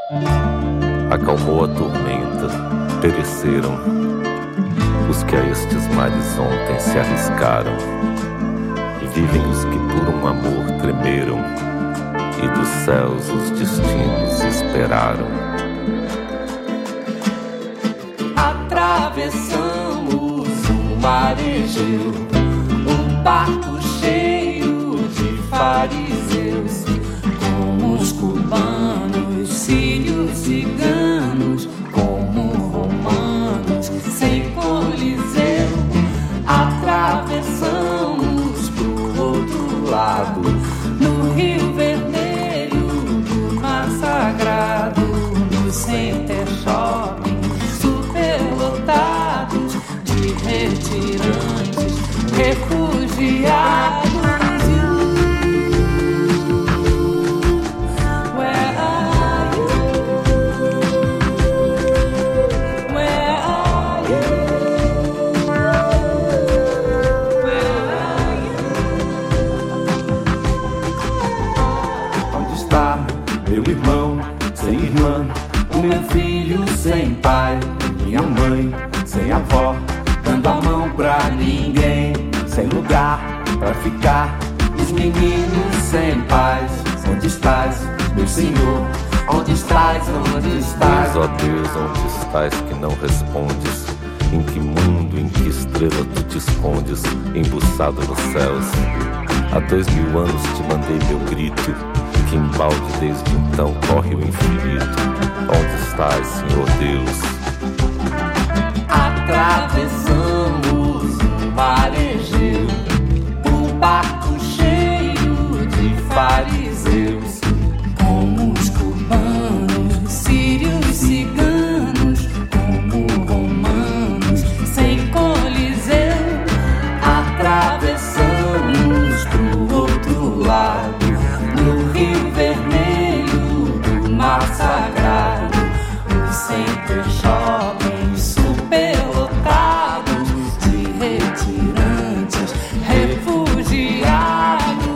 Acalmou a tormenta, pereceram os que a estes mares ontem se arriscaram. Vivem os que por um amor tremeram e dos céus os destinos esperaram. Atravessamos o mar Egeu, um barco cheio de fariseus, como os cubanos, sírios, ciganos, como romanos, sem coliseu. Atravessamos pro outro lado, no Rio Vermelho, do Mar Sagrado, no Center Shopping, superlotados de retirantes, refugiados. Meu filho sem pai, minha mãe sem avó, dando a mão pra ninguém, sem lugar pra ficar. Os meninos sem paz, onde estás, meu Senhor? Onde estás, onde estás? Deus, ó Deus, onde estás que não respondes? Em que mundo, em que estrela tu te escondes, embuçado nos céus? Há 2000 anos te mandei meu grito, que embalde desde então corre o infinito. Onde estás, Senhor Deus? Atravessamos o mar Egeu, um barco cheio de fariseus, como os cubanos, sírios, ciganos, como romanos, sem coliseu. Atravessamos pro outro lado, no Rio Vermelho, do Mar Sagrado, o Center Shopping, superlotados de retirantes, refugiados.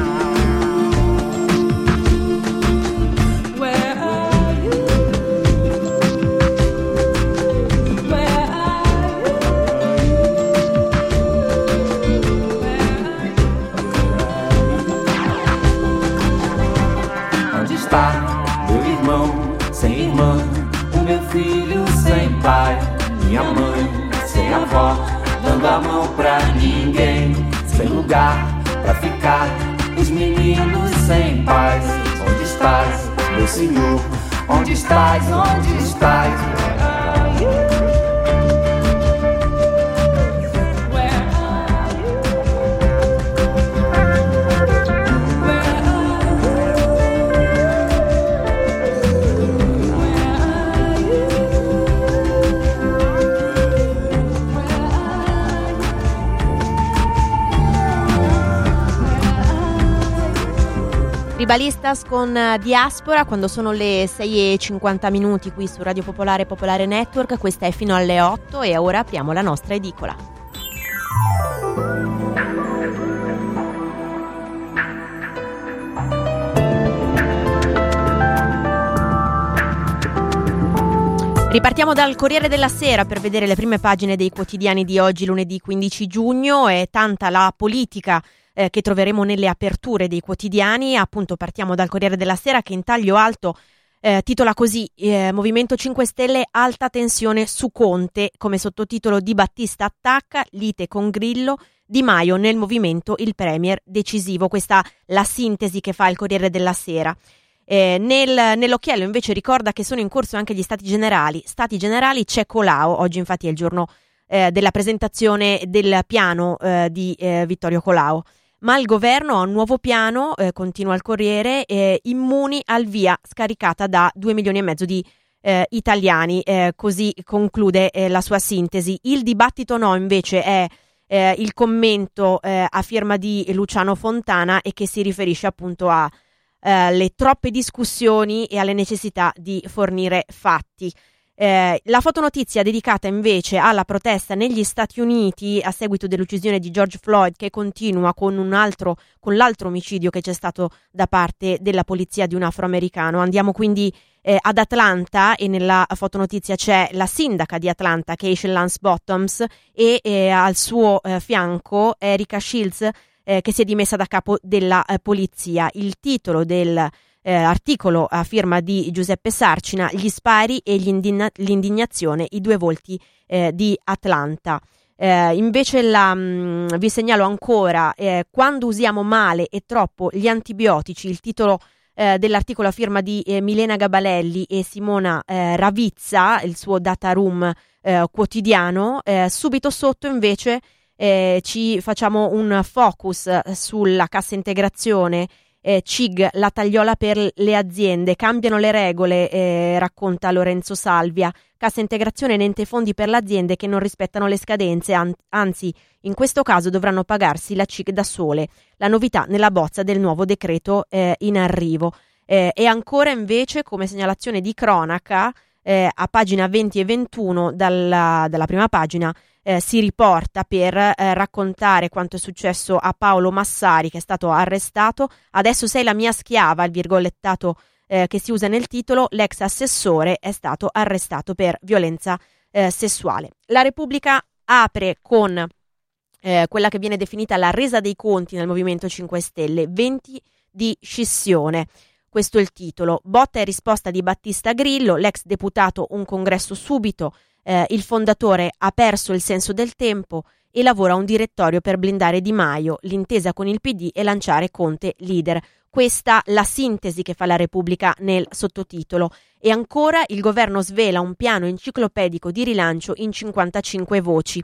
Where are you? Where are you? Onde está meu irmão sem irmã, o meu filho sem pai, minha mãe sem avó, dando a mão pra ninguém, sem lugar pra ficar. Os meninos sem paz, onde estás, meu Senhor? Onde estás, onde estás? Tribalistas con Diaspora, quando sono le 6:50 qui su Radio Popolare Popolare Network. Questa è fino alle 8 e ora apriamo la nostra edicola. Ripartiamo dal Corriere della Sera per vedere le prime pagine dei quotidiani di oggi, lunedì 15 giugno. È tanta la politica che troveremo nelle aperture dei quotidiani. Appunto partiamo dal Corriere della Sera, che in taglio alto titola così: Movimento 5 Stelle, alta tensione su Conte. Come sottotitolo: Di Battista attacca, lite con Grillo, Di Maio nel movimento, il premier decisivo. Questa la sintesi che fa il Corriere della Sera. Nell'occhiello invece ricorda che sono in corso anche gli stati generali. C'è Colao, oggi infatti è il giorno della presentazione del piano di Vittorio Colao. Ma il governo ha un nuovo piano, continua il Corriere, immuni al via, scaricata da 2,5 milioni di italiani, così conclude la sua sintesi. Il dibattito no invece è il commento a firma di Luciano Fontana e che si riferisce appunto a le troppe discussioni e alle necessità di fornire fatti. La fotonotizia dedicata invece alla protesta negli Stati Uniti a seguito dell'uccisione di George Floyd, che continua con l'altro omicidio che c'è stato da parte della polizia di un afroamericano. Andiamo quindi ad Atlanta, e nella fotonotizia c'è la sindaca di Atlanta, Keisha Lance Bottoms, e al suo fianco Erika Shields, che si è dimessa da capo della polizia. Il titolo del articolo a firma di Giuseppe Sarcina: gli spari e l'indignazione, i due volti di Atlanta. Invece vi segnalo ancora quando usiamo male e troppo gli antibiotici, il titolo dell'articolo a firma di Milena Gabalelli e Simona Ravizza, il suo data room quotidiano. Subito sotto invece ci facciamo un focus sulla cassa integrazione. CIG, la tagliola per le aziende, cambiano le regole, racconta Lorenzo Salvia. Cassa integrazione, niente fondi per le aziende che non rispettano le scadenze, anzi in questo caso dovranno pagarsi la CIG da sole. La novità nella bozza del nuovo decreto in arrivo. E ancora invece, come segnalazione di cronaca, a pagina 20 e 21 dalla prima pagina si riporta per raccontare quanto è successo a Paolo Massari, che è stato arrestato. Adesso sei la mia schiava, il virgolettato che si usa nel titolo. L'ex assessore è stato arrestato per violenza sessuale. La Repubblica apre con quella che viene definita la resa dei conti nel Movimento 5 Stelle, venti di scissione. Questo è il titolo. Botta e risposta di Battista Grillo, l'ex deputato un congresso subito, il fondatore ha perso il senso del tempo e lavora a un direttorio per blindare Di Maio, l'intesa con il PD e lanciare Conte leader. Questa la sintesi che fa la Repubblica nel sottotitolo. E ancora il governo svela un piano enciclopedico di rilancio in 55 voci.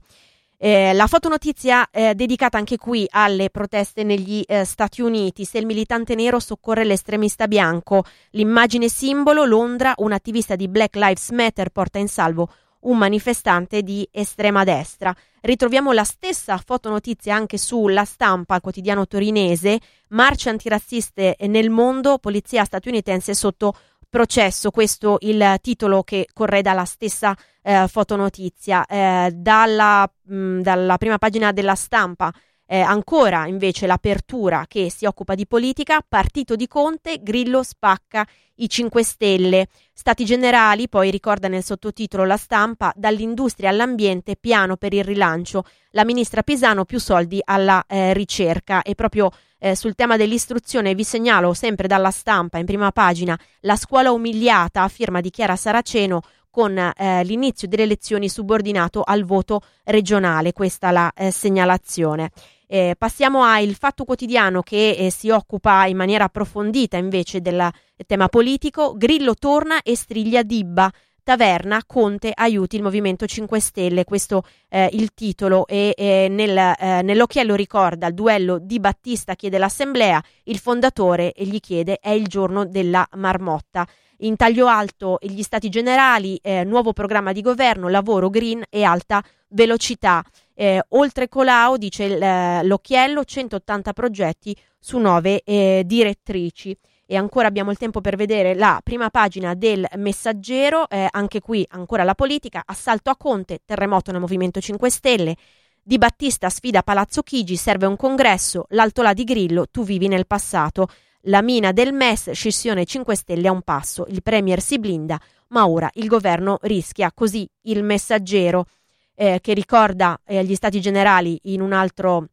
La fotonotizia dedicata anche qui alle proteste negli Stati Uniti. Se il militante nero soccorre l'estremista bianco, l'immagine simbolo: Londra, un attivista di Black Lives Matter porta in salvo un manifestante di estrema destra. Ritroviamo la stessa fotonotizia anche sulla Stampa, il quotidiano torinese: marce antirazziste nel mondo, polizia statunitense sotto processo. Questo il titolo che correda la stessa fotonotizia. Dalla prima pagina della Stampa ancora invece l'apertura che si occupa di politica: partito di Conte, Grillo spacca i 5 Stelle. Stati generali, poi ricorda nel sottotitolo la Stampa: dall'industria all'ambiente, piano per il rilancio, la ministra Pisano, più soldi alla ricerca. E proprio sul tema dell'istruzione vi segnalo sempre dalla Stampa in prima pagina la scuola umiliata a firma di Chiara Saraceno, con l'inizio delle lezioni subordinato al voto regionale. Questa la segnalazione. Passiamo a Il Fatto Quotidiano, che si occupa in maniera approfondita invece del tema politico. Grillo torna e striglia Dibba. Taverna, Conte aiuti il Movimento 5 Stelle. Questo il titolo. E nell'occhiello ricorda il duello di Battista, chiede l'assemblea, il fondatore e gli chiede: è il giorno della marmotta. In taglio alto gli stati generali, nuovo programma di governo, lavoro, green e alta velocità. Oltre Colau, dice l'occhiello, 180 progetti su 9 direttrici. E ancora abbiamo il tempo per vedere la prima pagina del Messaggero, anche qui ancora la politica: assalto a Conte, terremoto nel Movimento 5 Stelle, Di Battista sfida Palazzo Chigi, serve un congresso, l'altolà di Grillo, tu vivi nel passato. La mina del MES, scissione 5 Stelle a un passo, il premier si blinda, ma ora il governo rischia. Così il Messaggero, che ricorda gli stati generali in un altro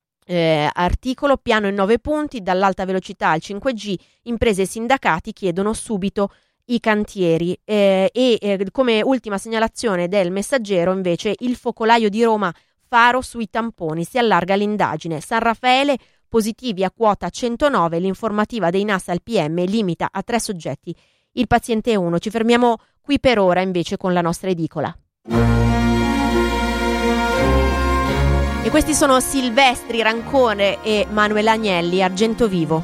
articolo: piano in 9 punti, dall'alta velocità al 5G, imprese e sindacati chiedono subito i cantieri. Come ultima segnalazione del Messaggero invece il focolaio di Roma, faro sui tamponi, si allarga l'indagine. San Raffaele, positivi a quota 109, l'informativa dei NAS al PM limita a 3 soggetti il paziente 1. Ci fermiamo qui per ora invece con la nostra edicola. E questi sono Silvestri, Rancone e Manuel Agnelli, Argento Vivo.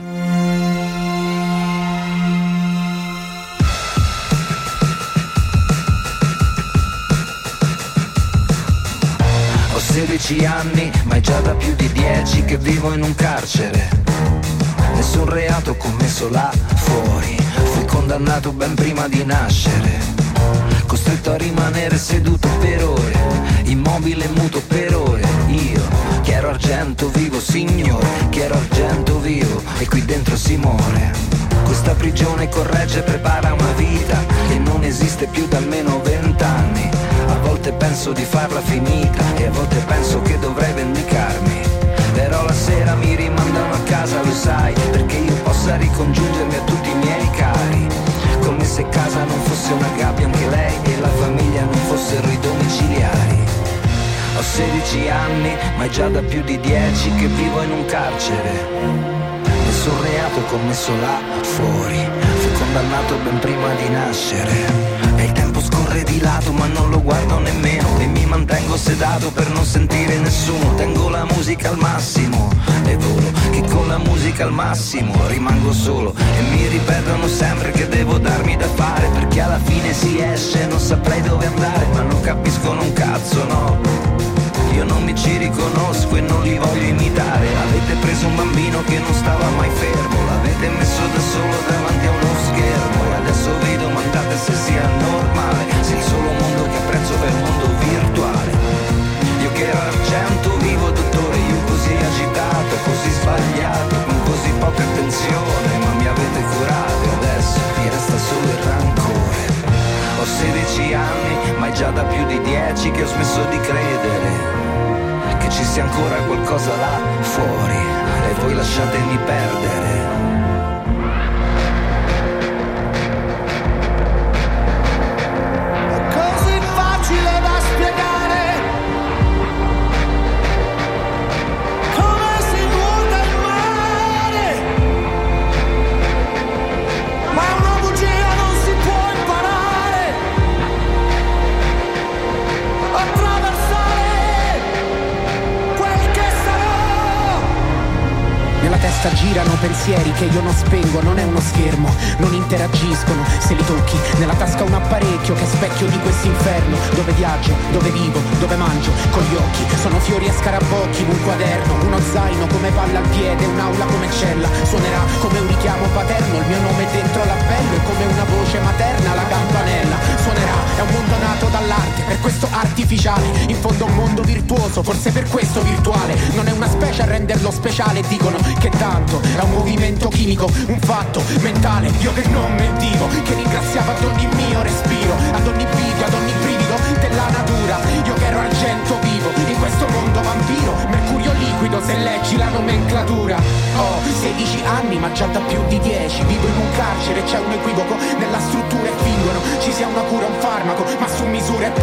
Ho 16 anni, ma è già da più di 10 che vivo in un carcere. Nessun reato commesso là fuori, fui condannato ben prima di nascere. costretto a rimanere seduto per ore, immobile e muto per ore. Io, che ero argento vivo, signore, che ero argento vivo, e qui dentro si muore. Questa prigione corregge e prepara una vita che non esiste più da almeno 20 anni. A volte penso di farla finita e a volte penso che dovrei vendicarmi. Però la sera mi rimandano a casa, lo sai, perché io possa ricongiungermi a tutti i miei cari. Come se casa non fosse una gabbia anche lei e la famiglia non fossero i domiciliari. Ho 16 anni, ma è già da più di 10 che vivo in un carcere. Nessun reato commesso là fuori, fui condannato ben prima di nascere. E il tempo scorre di lato ma non lo guardo nemmeno, e mi mantengo sedato per non sentire nessuno. Tengo la musica al massimo e volo, che con la musica al massimo rimango solo. E mi ripetono sempre che devo darmi da fare, perché alla fine si esce, non saprei dove andare, ma non capiscono un cazzo, no. Io non mi ci riconosco e non li voglio imitare. Avete preso un bambino che non stava mai fermo, l'avete messo da solo davanti a uno schermo, e adesso vi domandate se sia normale, se il solo mondo che apprezzo è il mondo virtuale. Io che ero argento vivo, dottore, io così agitato, così sbagliato, con così poca attenzione, ma mi avete curato e adesso mi resta solo il rancore. Ho 16 anni, ma è già da più di 10 che ho smesso di credere che ci sia ancora qualcosa là fuori, e voi lasciatemi perdere. È così facile da spiegare come si nuota il mare, ma una bugia non si può imparare, attraversare quel che sarà. Nella testa girano pensieri che io non spengo, non è uno schermo, non interagiscono se li tocchi. Nella tasca un apparecchio che è specchio di quest'inferno, dove viaggio, dove vivo, dove mangio con gli occhi. Sono fiori e scarabocchi, un quaderno, uno zaino come palla al piede, un'aula come cella. Suonerà come un richiamo paterno, il mio nome dentro l'appello, e come una voce materna la campanella. Suonerà, è un mondo nato dall'arte, per questo artificiale, in fondo un mondo virtuoso, forse per questo virtuale. Non è una specie a renderlo speciale, dicono che tanto è un movimento chimico, un fatto mentale. Io che non mentivo, che ringraziavo ad ogni mio respiro, ad ogni video, ad ogni brivido della natura. Io che ero argento vivo in questo mondo vampiro, mercurio liquido se leggi la nomenclatura. Ho 16 anni ma già da più di 10 vivo in un carcere, c'è un equivoco nella struttura e fingono ci sia una cura, un farmaco, ma su misura e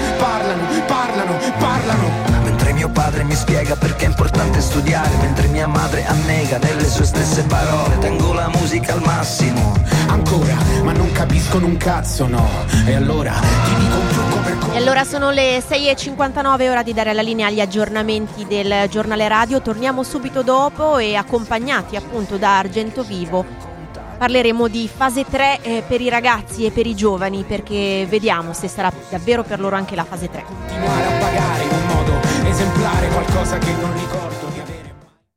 parlano. Mentre mio padre mi spiega perché è importante studiare, mentre mia madre annega nelle sue stesse parole, tengo la musica al massimo. Ancora, ma non capiscono un cazzo, no. E allora ti dico un trucco per E allora sono le 6:59, ora di dare la linea agli aggiornamenti del giornale radio. Torniamo subito dopo e accompagnati appunto da Argento Vivo parleremo di fase 3 per i ragazzi e per i giovani, perché vediamo se sarà davvero per loro anche la fase 3. Continuare a pagare in un modo esemplare qualcosa che non ricordo.